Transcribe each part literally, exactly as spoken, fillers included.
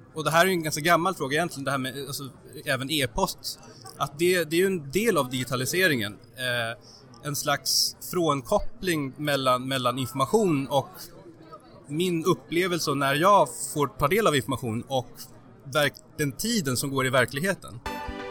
och det här är ju en ganska gammal fråga egentligen, det här med alltså, även e-post, att det, det är ju en del av digitaliseringen. Eh, en slags frånkoppling mellan, mellan information och min upplevelse när jag får ta del av information och verk, den tiden som går i verkligheten.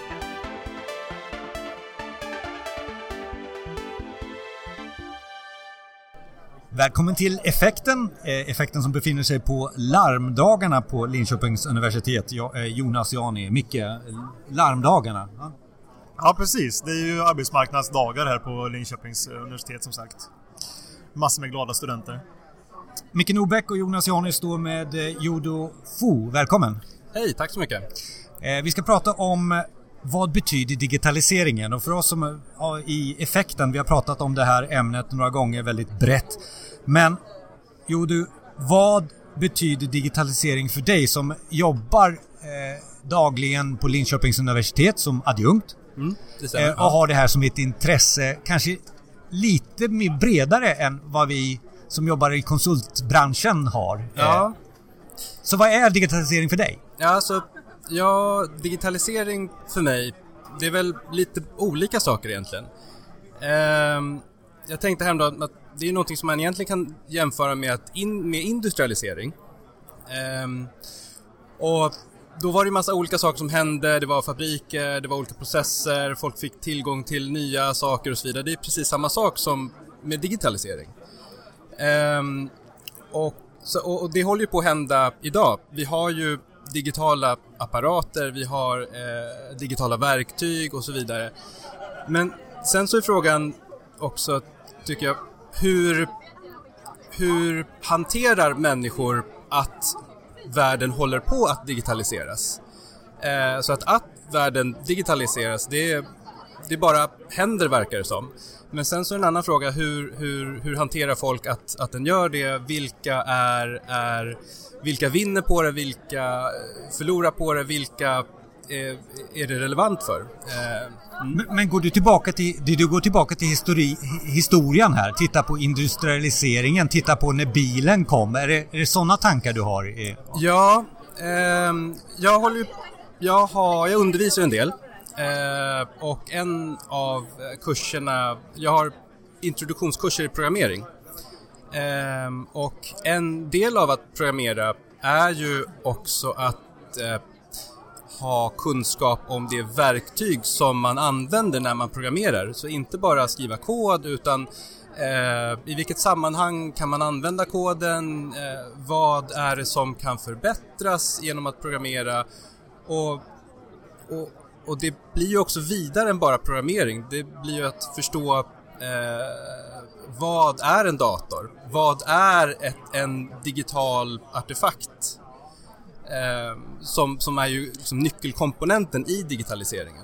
Välkommen till Effekten, Effekten som befinner sig på larmdagarna på Linköpings universitet. Jag är Jonas Jani, Micke, larmdagarna. Ja. Ja, precis. Det är ju arbetsmarknadsdagar här på Linköpings universitet som sagt. Massor med glada studenter. Micke Norbeck och Jonas Jani står med Jodo Fu. Välkommen. Hej, tack så mycket. Eh, vi ska prata om vad betyder digitaliseringen, och för oss som ja, i Effekten, vi har pratat om det här ämnet några gånger väldigt brett. Men Jodo, vad betyder digitalisering för dig som jobbar eh, dagligen på Linköpings universitet som adjunkt? Mm, eh, och har det här som ett intresse, kanske lite mer bredare än vad vi som jobbar i konsultbranschen har. Ja. Eh, så vad är digitalisering för dig? Ja, alltså, ja, digitalisering för mig, det är väl lite olika saker egentligen. Eh, jag tänkte häromdagen att det är något som man egentligen kan jämföra med, att in, med industrialisering. Eh, och då var det en massa olika saker som hände. Det var fabriker, det var olika processer, folk fick tillgång till nya saker och så vidare. Det är precis samma sak som med digitalisering. Um, och, så, och, och det håller ju på att hända idag. Vi har ju digitala apparater, vi har eh, digitala verktyg och så vidare. Men sen så är frågan också, tycker jag, hur, hur hanterar människor att världen håller på att digitaliseras? Eh, så att, att världen digitaliseras, det, det bara händer, verkar det som. Men sen så är en annan fråga, hur, hur, hur hanterar folk att, att den gör det? Vilka är, är vilka vinner på det? Vilka förlorar på det? Vilka är, är det relevant för? Eh, mm. men, men går du tillbaka till, du går tillbaka till histori, historien här? Titta på industrialiseringen, titta på när bilen kom. Är det, är det sådana tankar du har? Ja, eh, jag håller jag, har, jag undervisar en del. Eh, och en av kurserna, jag har introduktionskurser i programmering. Eh, och en del av att programmera är ju också att eh, ha kunskap om det verktyg som man använder när man programmerar. Så inte bara skriva kod, utan eh, i vilket sammanhang kan man använda koden, eh, vad är det som kan förbättras genom att programmera, och, och Och det blir ju också vidare än bara programmering. Det blir ju att förstå eh, vad är en dator? Vad är ett, en digital artefakt? Eh, som, som är ju som nyckelkomponenten i digitaliseringen.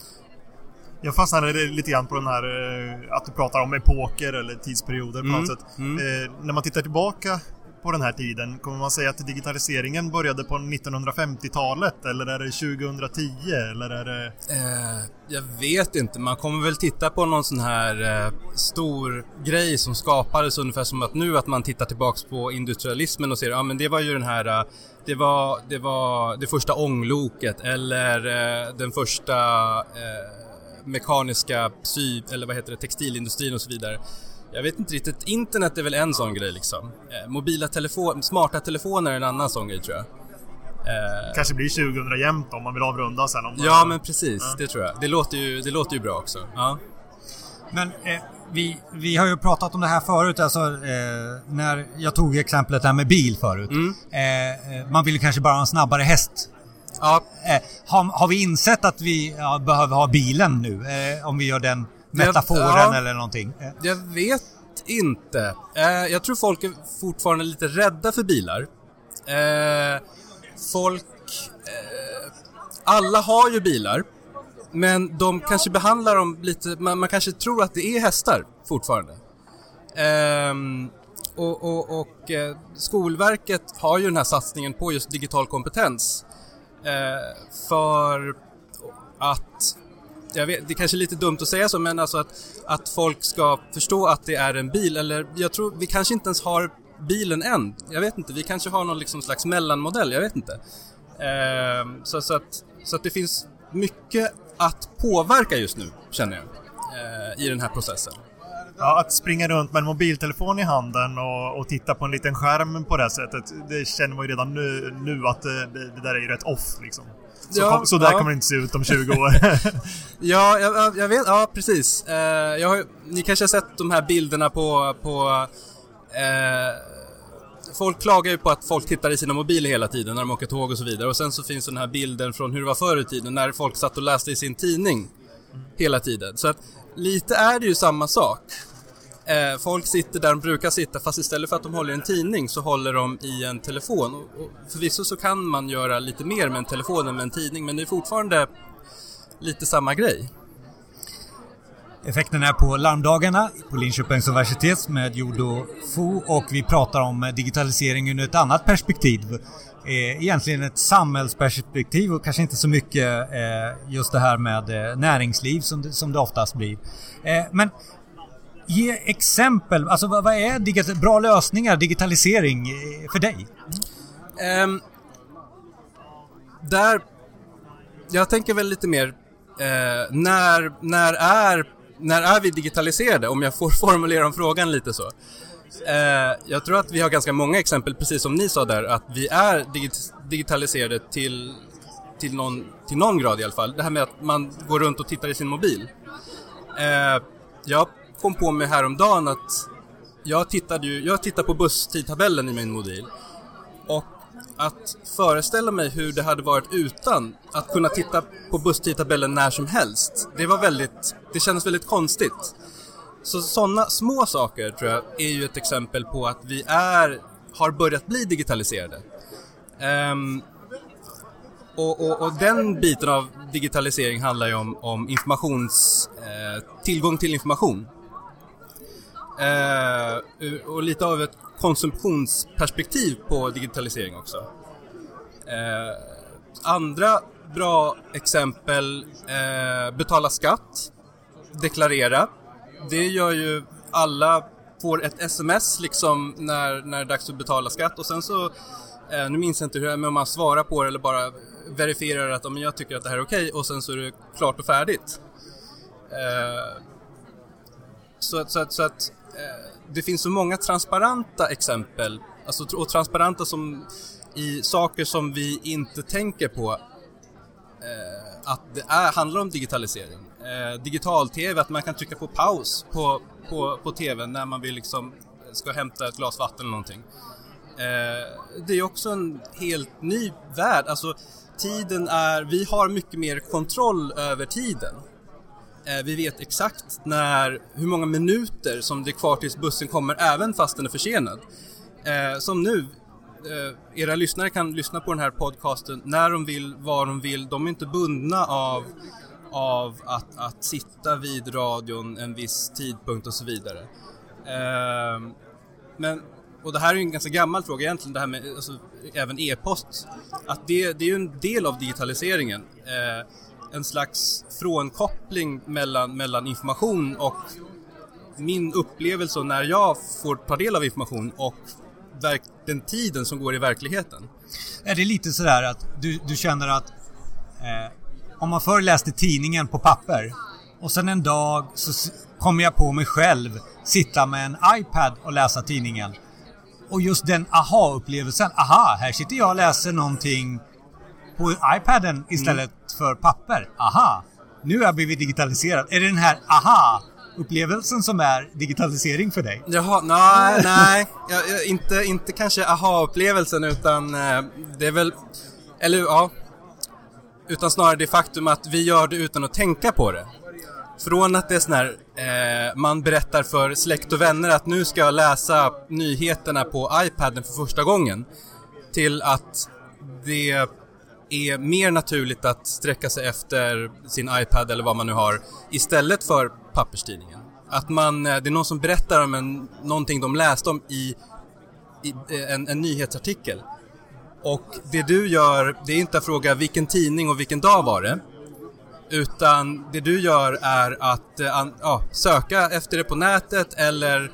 Jag fastnade lite grann på den här att du pratar om epoker eller tidsperioder på mm, något sätt. Mm. Eh, när man tittar tillbaka på den här tiden, kommer man säga att digitaliseringen började på nittonhundrafemtiotalet, eller är det tjugohundratio, eller är det... Eh, jag vet inte, man kommer väl titta på någon sån här eh, stor grej som skapades ungefär som att nu att man tittar tillbaks på industrialismen och ser, ja men det var ju den här, eh, det var det var det första ångloket, eller eh, den första eh, mekaniska sy, eller vad heter det, textilindustrin och så vidare. Jag vet inte riktigt, internet är väl en sån grej liksom. Eh, mobila telefon, smarta telefoner är en annan sån grej, tror jag. Eh, Kanske blir tjugohundra jämnt om man vill avrunda sen. Om man... Ja, men precis, ja. Det tror jag. Det låter ju, det låter ju bra också. Ja. Men eh, vi, vi har ju pratat om det här förut, alltså eh, när jag tog exemplet här med bil förut. Mm. Eh, man vill ju kanske bara ha en snabbare häst. Ja. Eh, har, har vi insett att vi ja, behöver ha bilen nu? Eh, om vi gör den metaforen jag, ja, eller någonting? Eh. Jag vet inte. Eh, jag tror folk är fortfarande lite rädda för bilar. Eh, folk... Eh, alla har ju bilar. Men de kanske behandlar dem lite... Man, man kanske tror att det är hästar fortfarande. Ehm, och och, och eh, Skolverket har ju den här satsningen på just digital kompetens. Eh, för att... Jag vet, det är kanske lite dumt att säga så, men alltså att, att folk ska förstå att det är en bil. Eller jag tror, vi kanske inte ens har bilen än. Jag vet inte, vi kanske har någon liksom slags mellanmodell, jag vet inte. Eh, så, så, att, så att det finns mycket att påverka just nu, känner jag, eh, i den här processen. Ja, att springa runt med en mobiltelefon i handen och, och titta på en liten skärm på det här sättet, det känner man ju redan nu, nu att det, det där är ju rätt off liksom. Så, ja, kom, så där ja. kommer det inte se ut om tjugo år. ja, jag, jag vet, ja precis. Eh, jag har, ni kanske har sett de här bilderna på, på eh, folk klagar ju på att folk tittar i sina mobiler hela tiden när de åker tåg och så vidare. Och sen så finns den här bilden från hur det var förr i tiden när folk satt och läste i sin tidning hela tiden. Så att lite är det ju samma sak. Eh, folk sitter där de brukar sitta, fast istället för att de håller en tidning så håller de i en telefon. Och, och förvisso så kan man göra lite mer med en telefon än med en tidning, men det är fortfarande lite samma grej. Effekten är på larmdagarna på Linköpings universitet med Jodo Fu, och vi pratar om digitalisering ur ett annat perspektiv. Egentligen ett samhällsperspektiv och kanske inte så mycket just det här med näringsliv som det, som det oftast blir. Men ge exempel, alltså vad är digital, bra lösningar, digitalisering för dig? Um, där, jag tänker väl lite mer eh, när, när, är, när är vi digitaliserade, om jag får formulera om frågan lite så. Eh, jag tror att vi har ganska många exempel, precis som ni sa där, att vi är digit- digitaliserade till, till, någon, till någon grad i alla fall. Det här med att man går runt och tittar i sin mobil. Eh, jag kom på mig häromdagen att jag tittade, ju, jag tittade på busstidtabellen i min mobil, och att föreställa mig hur det hade varit utan att kunna titta på busstidtabellen när som helst, det var väldigt, det kändes väldigt konstigt. Så sådana små saker tror jag är ju ett exempel på att vi är, har börjat bli digitaliserade. Um, och, och, och den biten av digitalisering handlar ju om, om informations, eh, tillgång till information. Eh, och lite av ett konsumtionsperspektiv på digitalisering också. Eh, andra bra exempel, eh, betala skatt, deklarera. Det gör ju alla, får ett sms liksom när, när det är dags att betala skatt, och sen så, eh, nu minns jag inte hur det är, men om man svarar på det eller bara verifierar att om jag tycker att det här är okej, och sen så är det klart och färdigt. Eh, så, så, så att eh, det finns så många transparenta exempel, alltså, och transparenta som i saker som vi inte tänker på, eh, att det är, handlar om digitalisering. Eh, digital-tv, att man kan trycka på paus på, på, på tvn när man vill liksom ska hämta ett glas vatten eller någonting. Eh, det är också en helt ny värld. Alltså tiden är, vi har mycket mer kontroll över tiden. Eh, vi vet exakt när, hur många minuter som det är kvar tills bussen kommer, även fast den är försenad. Eh, som nu, eh, era lyssnare kan lyssna på den här podcasten när de vill, var de vill. De är inte bundna av av att, att sitta vid radion en viss tidpunkt och så vidare. Eh, men, och det här är ju en ganska gammal fråga egentligen, det här med alltså, även e-post, att det, det är ju en del av digitaliseringen. Eh, en slags frånkoppling mellan, mellan information och min upplevelse när jag får ta del av information och verk, den tiden som går i verkligheten. Är det lite sådär att du, du känner att eh, om man förr läste tidningen på papper och sen en dag så kommer jag på mig själv sitta med en iPad och läsa tidningen, och just den aha-upplevelsen, aha, här sitter jag och läser någonting på iPaden istället mm. för papper, aha, nu har jag blivit digitaliserad. Är det den här aha-upplevelsen som är digitalisering för dig? Jaha, nej, nej jag, jag, inte, inte kanske aha-upplevelsen, utan eh, det är väl, eller ja, utan snarare det faktum att vi gör det utan att tänka på det. Från att det är sån här, eh, man berättar för släkt och vänner att nu ska jag läsa nyheterna på iPaden för första gången, till att det är mer naturligt att sträcka sig efter sin iPad eller vad man nu har istället för papperstidningen. Att man, det är någon som berättar om en, någonting de läste om i, i en, en nyhetsartikel. Och det du gör, det är inte att fråga vilken tidning och vilken dag var det, utan det du gör är att äh, ja, söka efter det på nätet eller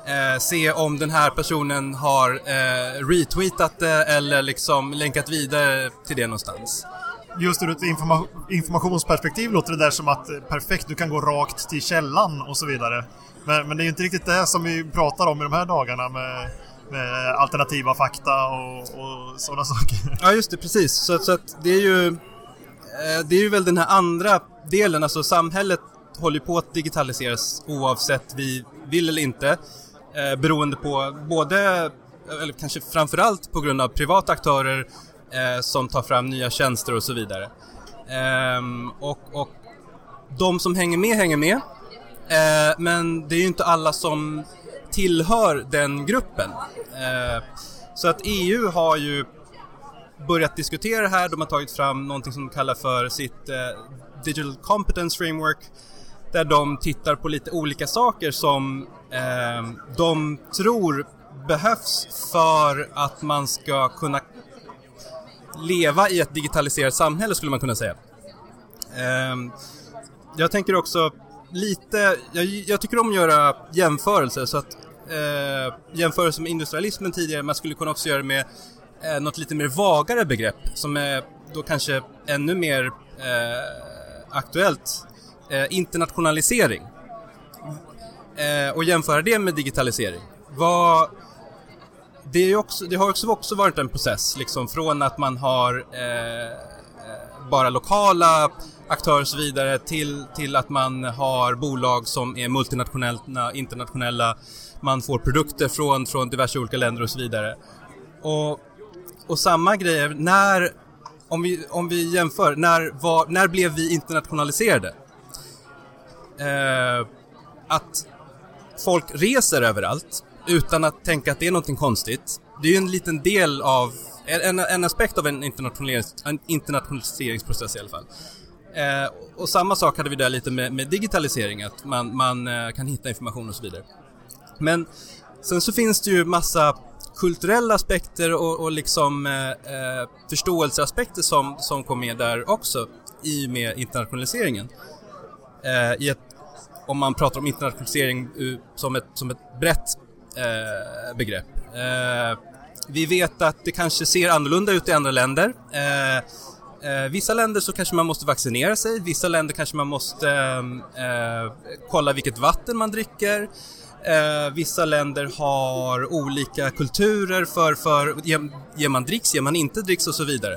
eh, se om den här personen har eh, retweetat det eller liksom länkat vidare till det någonstans. Just ur ett informa- informationsperspektiv låter det där som att perfekt, du kan gå rakt till källan och så vidare. Men, men det är ju inte riktigt det som vi pratar om i de här dagarna med, med alternativa fakta och, och sådana saker. Ja, just det, precis. Så, så att det är ju det är ju väl den här andra delen, alltså samhället håller på att digitaliseras oavsett vi vill eller inte, eh, beroende på både, eller kanske framförallt på grund av privata aktörer eh, som tar fram nya tjänster och så vidare. Eh, och, och de som hänger med hänger med, eh, men det är ju inte alla som tillhör den gruppen. Eh, så att E U har ju börjat diskutera det här. De har tagit fram någonting som de kallar för sitt eh, Digital Competence Framework, där de tittar på lite olika saker som eh, de tror behövs för att man ska kunna leva i ett digitaliserat samhälle, skulle man kunna säga. Eh, jag tänker också lite, jag, jag tycker om att göra jämförelser, så att eh, jämförelser med industrialismen tidigare, man skulle kunna också göra med eh, något lite mer vagare begrepp som är då kanske ännu mer eh, aktuellt. Eh, internationalisering. Eh, och jämföra det med digitalisering. Vad, det, är också, det har också, också varit en process liksom, från att man har eh, bara lokala aktörer och så vidare till, till att man har bolag som är multinationella, internationella, man får produkter från, från diverse olika länder och så vidare. Och, och samma grejer, när, om vi, om vi jämför, när, var, när blev vi internationaliserade? Eh, att folk reser överallt utan att tänka att det är någonting konstigt. Det är ju en liten del av en, en aspekt av en, internationalis, en internationaliseringsprocess i alla fall. Eh, och samma sak hade vi där lite med, med digitalisering, att man, man eh, kan hitta information och så vidare. Men sen så finns det ju massa kulturella aspekter och, och liksom eh, eh, förståelseaspekter som, som kom med där också i med internationaliseringen. Eh, i ett, om man pratar om internationalisering uh, som, ett, som ett brett eh, begrepp. Eh, vi vet att det kanske ser annorlunda ut i andra länder. Eh, eh, vissa länder så kanske man måste vaccinera sig. Vissa länder kanske man måste eh, kolla vilket vatten man dricker. Eh, vissa länder har olika kulturer för, för ger, ger man dricks, ger man inte dricks och så vidare.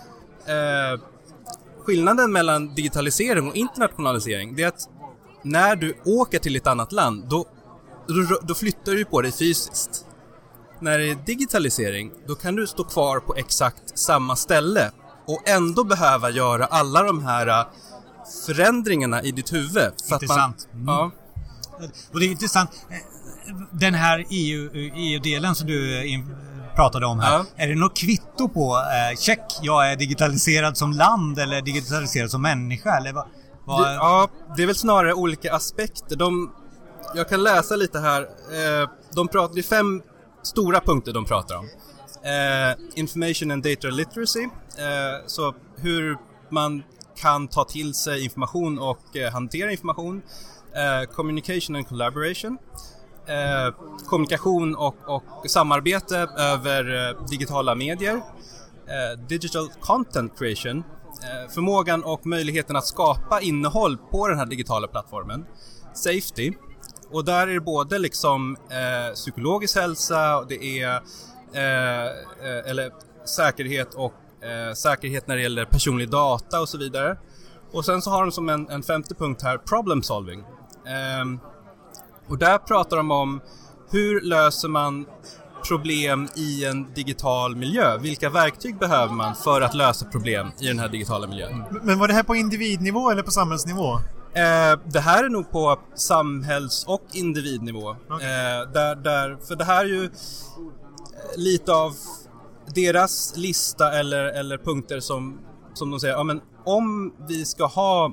Eh, skillnaden mellan digitalisering och internationalisering, det är att när du åker till ett annat land, då, då, då flyttar du på dig fysiskt. När det är digitalisering, då kan du stå kvar på exakt samma ställe och ändå behöva göra alla de här förändringarna i ditt huvud. För intressant. Att man, mm. ja. Och det är intressant. Den här E U, E U-delen som du in, pratade om här. Ja. Är det något kvitto på eh, check, jag är digitaliserad som land eller digitaliserad som människa? Eller vad? Det, ja, det är väl snarare olika aspekter. De, jag kan läsa lite här. Eh, de pratar, det är fem stora punkter de pratar om. Eh, information and data literacy. Eh, så hur man kan ta till sig information och eh, hantera information. Eh, communication and collaboration. Eh, kommunikation och, och samarbete över eh, digitala medier. Eh, digital content creation. Förmågan och möjligheten att skapa innehåll på den här digitala plattformen. Safety. Och där är det både liksom eh, psykologisk hälsa och det är eh, eller säkerhet och eh, säkerhet när det gäller personlig data och så vidare. Och sen så har de som en, en femte punkt här problem solving. Eh, och där pratar de om hur löser man problem i en digital miljö. Vilka verktyg behöver man för att lösa problem i den här digitala miljön? Men var det här på individnivå eller på samhällsnivå? Eh, det här är nog på samhälls- och individnivå. Okay. Eh, där, där, för det här är ju lite av deras lista eller, eller punkter som, som de säger, ja, men om vi ska ha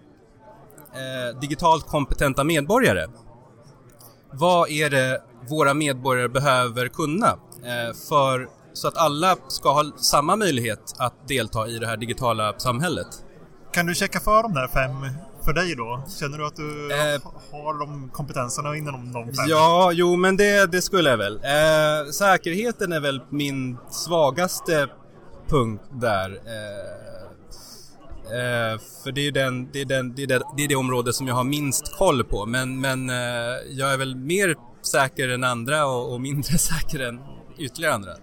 eh, digitalt kompetenta medborgare, vad är det våra medborgare behöver kunna eh, för, så att alla ska ha samma möjlighet att delta i det här digitala samhället? Kan du checka för de där fem, för dig då? Känner du att du eh, har de kompetenserna inom de fem? Ja, jo men det, det skulle jag väl. Eh, säkerheten är väl min svagaste punkt där. Eh, eh, för det är ju den, det är den, det är det, det är det område som jag har minst koll på. Men, men eh, jag är väl mer säker än andra och, och mindre säker än ytterligare andra.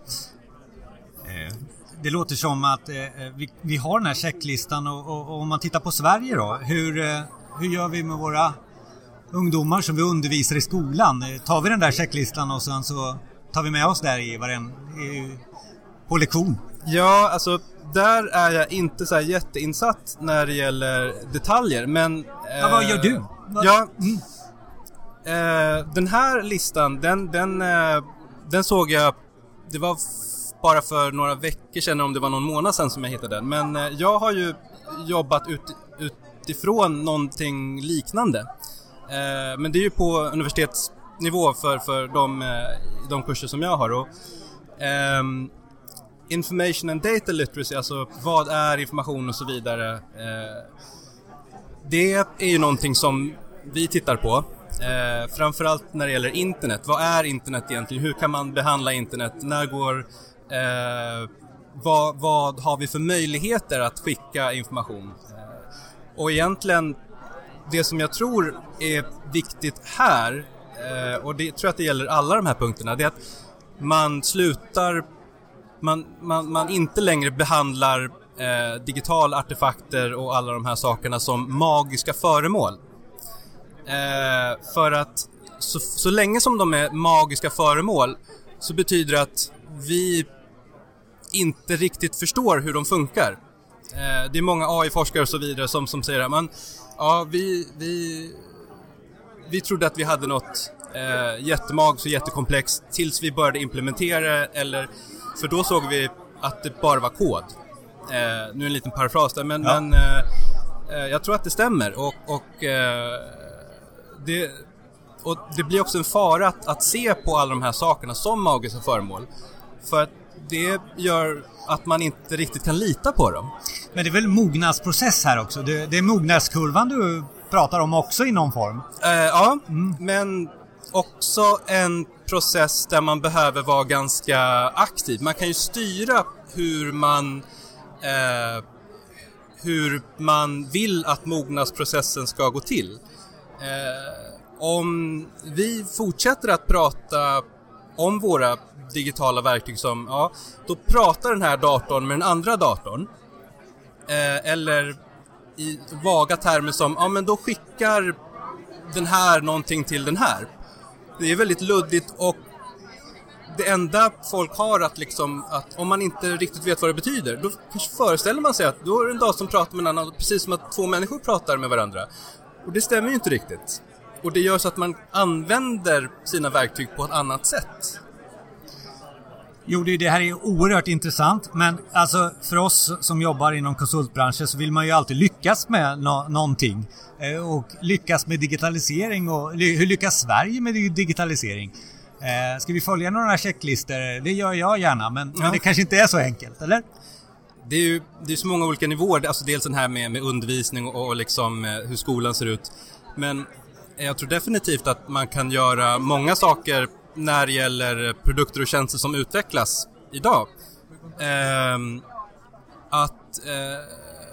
Eh. Det låter som att eh, vi, vi har den här checklistan och, och, och om man tittar på Sverige då, hur, eh, hur gör vi med våra ungdomar som vi undervisar i skolan? Eh, tar vi den där checklistan och sen så tar vi med oss där i varen, i, på lektion? Ja, alltså där är jag inte så här jätteinsatt när det gäller detaljer, men... Eh, ja, vad gör du? Vad? Ja, mm. eh, den här listan, den, den, eh, den såg jag, det var... bara för några veckor sedan, om det var någon månad sedan som jag hittade den. Men eh, jag har ju jobbat ut, utifrån någonting liknande. Eh, men det är ju på universitetsnivå för, för de, eh, de kurser som jag har. Och, eh, information and data literacy, alltså vad är information och så vidare. Eh, det är ju någonting som vi tittar på. Eh, framförallt när det gäller internet. Vad är internet egentligen? Hur kan man behandla internet? När går... Eh, vad, vad har vi för möjligheter att skicka information? Eh, och egentligen det som jag tror är viktigt här, eh, och det tror jag att det gäller alla de här punkterna, det är att man slutar man, man, man inte längre behandlar eh, digitala artefakter och alla de här sakerna som magiska föremål. Eh, för att så, så länge som de är magiska föremål så betyder det att vi inte riktigt förstår hur de funkar. Eh, det är många A I-forskare och så vidare som, som säger att man, ja, vi, vi, vi trodde att vi hade något eh, jättemagiskt och jättekomplext tills vi började implementera, eller för då såg vi att det bara var kod. Eh, nu en liten parafras där, men, ja. men eh, jag tror att det stämmer och, och, eh, det, och det blir också en fara att, att se på alla de här sakerna som magiska föremål, för att det gör att man inte riktigt kan lita på dem. Men det är väl mognadsprocess här också? Det, det är mognadskurvan du pratar om också i någon form? Eh, ja, mm. men också en process där man behöver vara ganska aktiv. Man kan ju styra hur man eh, hur man vill att mognadsprocessen ska gå till. Eh, om vi fortsätter att prata om våra digitala verktyg som, ja, då pratar den här datorn med den andra datorn. Eh, eller i vaga termer som, ja men då skickar den här någonting till den här. Det är väldigt luddigt och det enda folk har att liksom, att om man inte riktigt vet vad det betyder, då kanske föreställer man sig att då är det en dator som pratar med en annan, precis som att två människor pratar med varandra. Och det stämmer ju inte riktigt. Och det gör så att man använder sina verktyg på ett annat sätt. Jo, det här är oerhört intressant, men alltså för oss som jobbar inom konsultbranschen så vill man ju alltid lyckas med no- någonting. Eh, och lyckas med digitalisering, och ly- hur lyckas Sverige med digitalisering? Eh, ska vi följa några checklistor? Det gör jag gärna, men, ja. men det kanske inte är så enkelt, eller? Det är ju det är så många olika nivåer, alltså dels den här med, med undervisning och, och liksom eh, hur skolan ser ut. Men jag tror definitivt att man kan göra många saker när det gäller produkter och tjänster som utvecklas idag. Eh, att eh,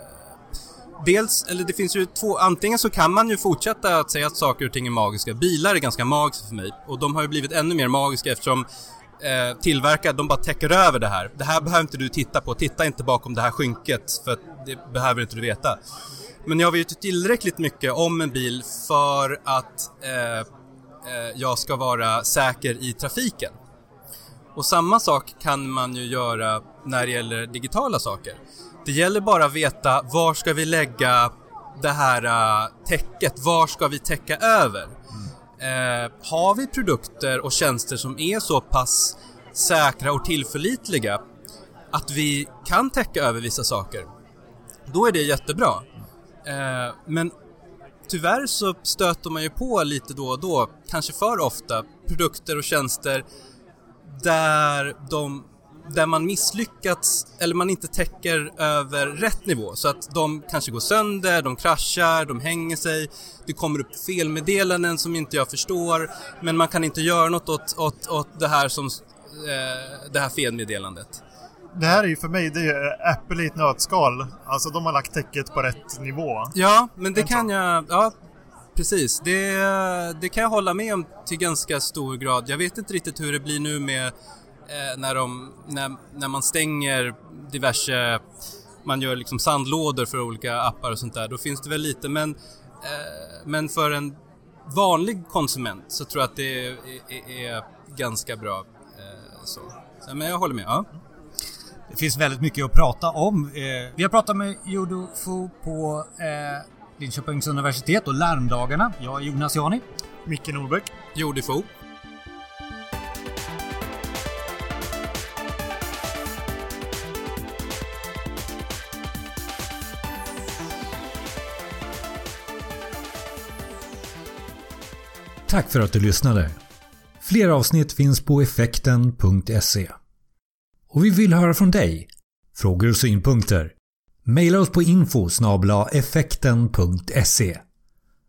dels, eller det finns ju två, antingen så kan man ju fortsätta att säga att saker och ting är magiska. Bilar är ganska magiska för mig, och de har ju blivit ännu mer magiska eftersom eh, tillverkare, de bara täcker över det här. Det här behöver inte du titta på, titta inte bakom det här skynket, för det behöver inte du veta. Men jag vet ju tillräckligt mycket om en bil för att eh, eh, jag ska vara säker i trafiken. Och samma sak kan man ju göra när det gäller digitala saker. Det gäller bara att veta var ska vi lägga det här uh, täcket, var ska vi täcka över. Mm. Eh, har vi produkter och tjänster som är så pass säkra och tillförlitliga att vi kan täcka över vissa saker, då är det jättebra. Eh, men tyvärr så stöter man ju på lite då och då, kanske för ofta, produkter och tjänster där de där man misslyckats eller man inte täcker över rätt nivå. Så att de kanske går sönder, de kraschar, de hänger sig. Det kommer upp felmeddelanden som inte jag förstår. Men man kan inte göra något åt, åt, åt det här som eh, det här felmeddelandet. Det här är ju för mig, det är Apple i ett nötskal. Alltså de har lagt täcket på rätt nivå. Ja, men det kan jag... Ja, precis. Det, det kan jag hålla med om till ganska stor grad. Jag vet inte riktigt hur det blir nu med eh, när, de, när, när man stänger diverse... Man gör liksom sandlådor för olika appar och sånt där. Då finns det väl lite, men, eh, men för en vanlig konsument så tror jag att det är, är, är ganska bra. Eh, så. så. Men jag håller med, ja. Det finns väldigt mycket att prata om. Eh, vi har pratat med Yodo Fu på eh, Linköpings universitet och larmdagarna. Jag är Jonas Jani. Micke Norbeck. Yodo Fu. Tack för att du lyssnade. Fler avsnitt finns på effekten punkt se. Och vi vill höra från dig. Frågor och synpunkter. Maila oss på info snabel-a effekten punkt se.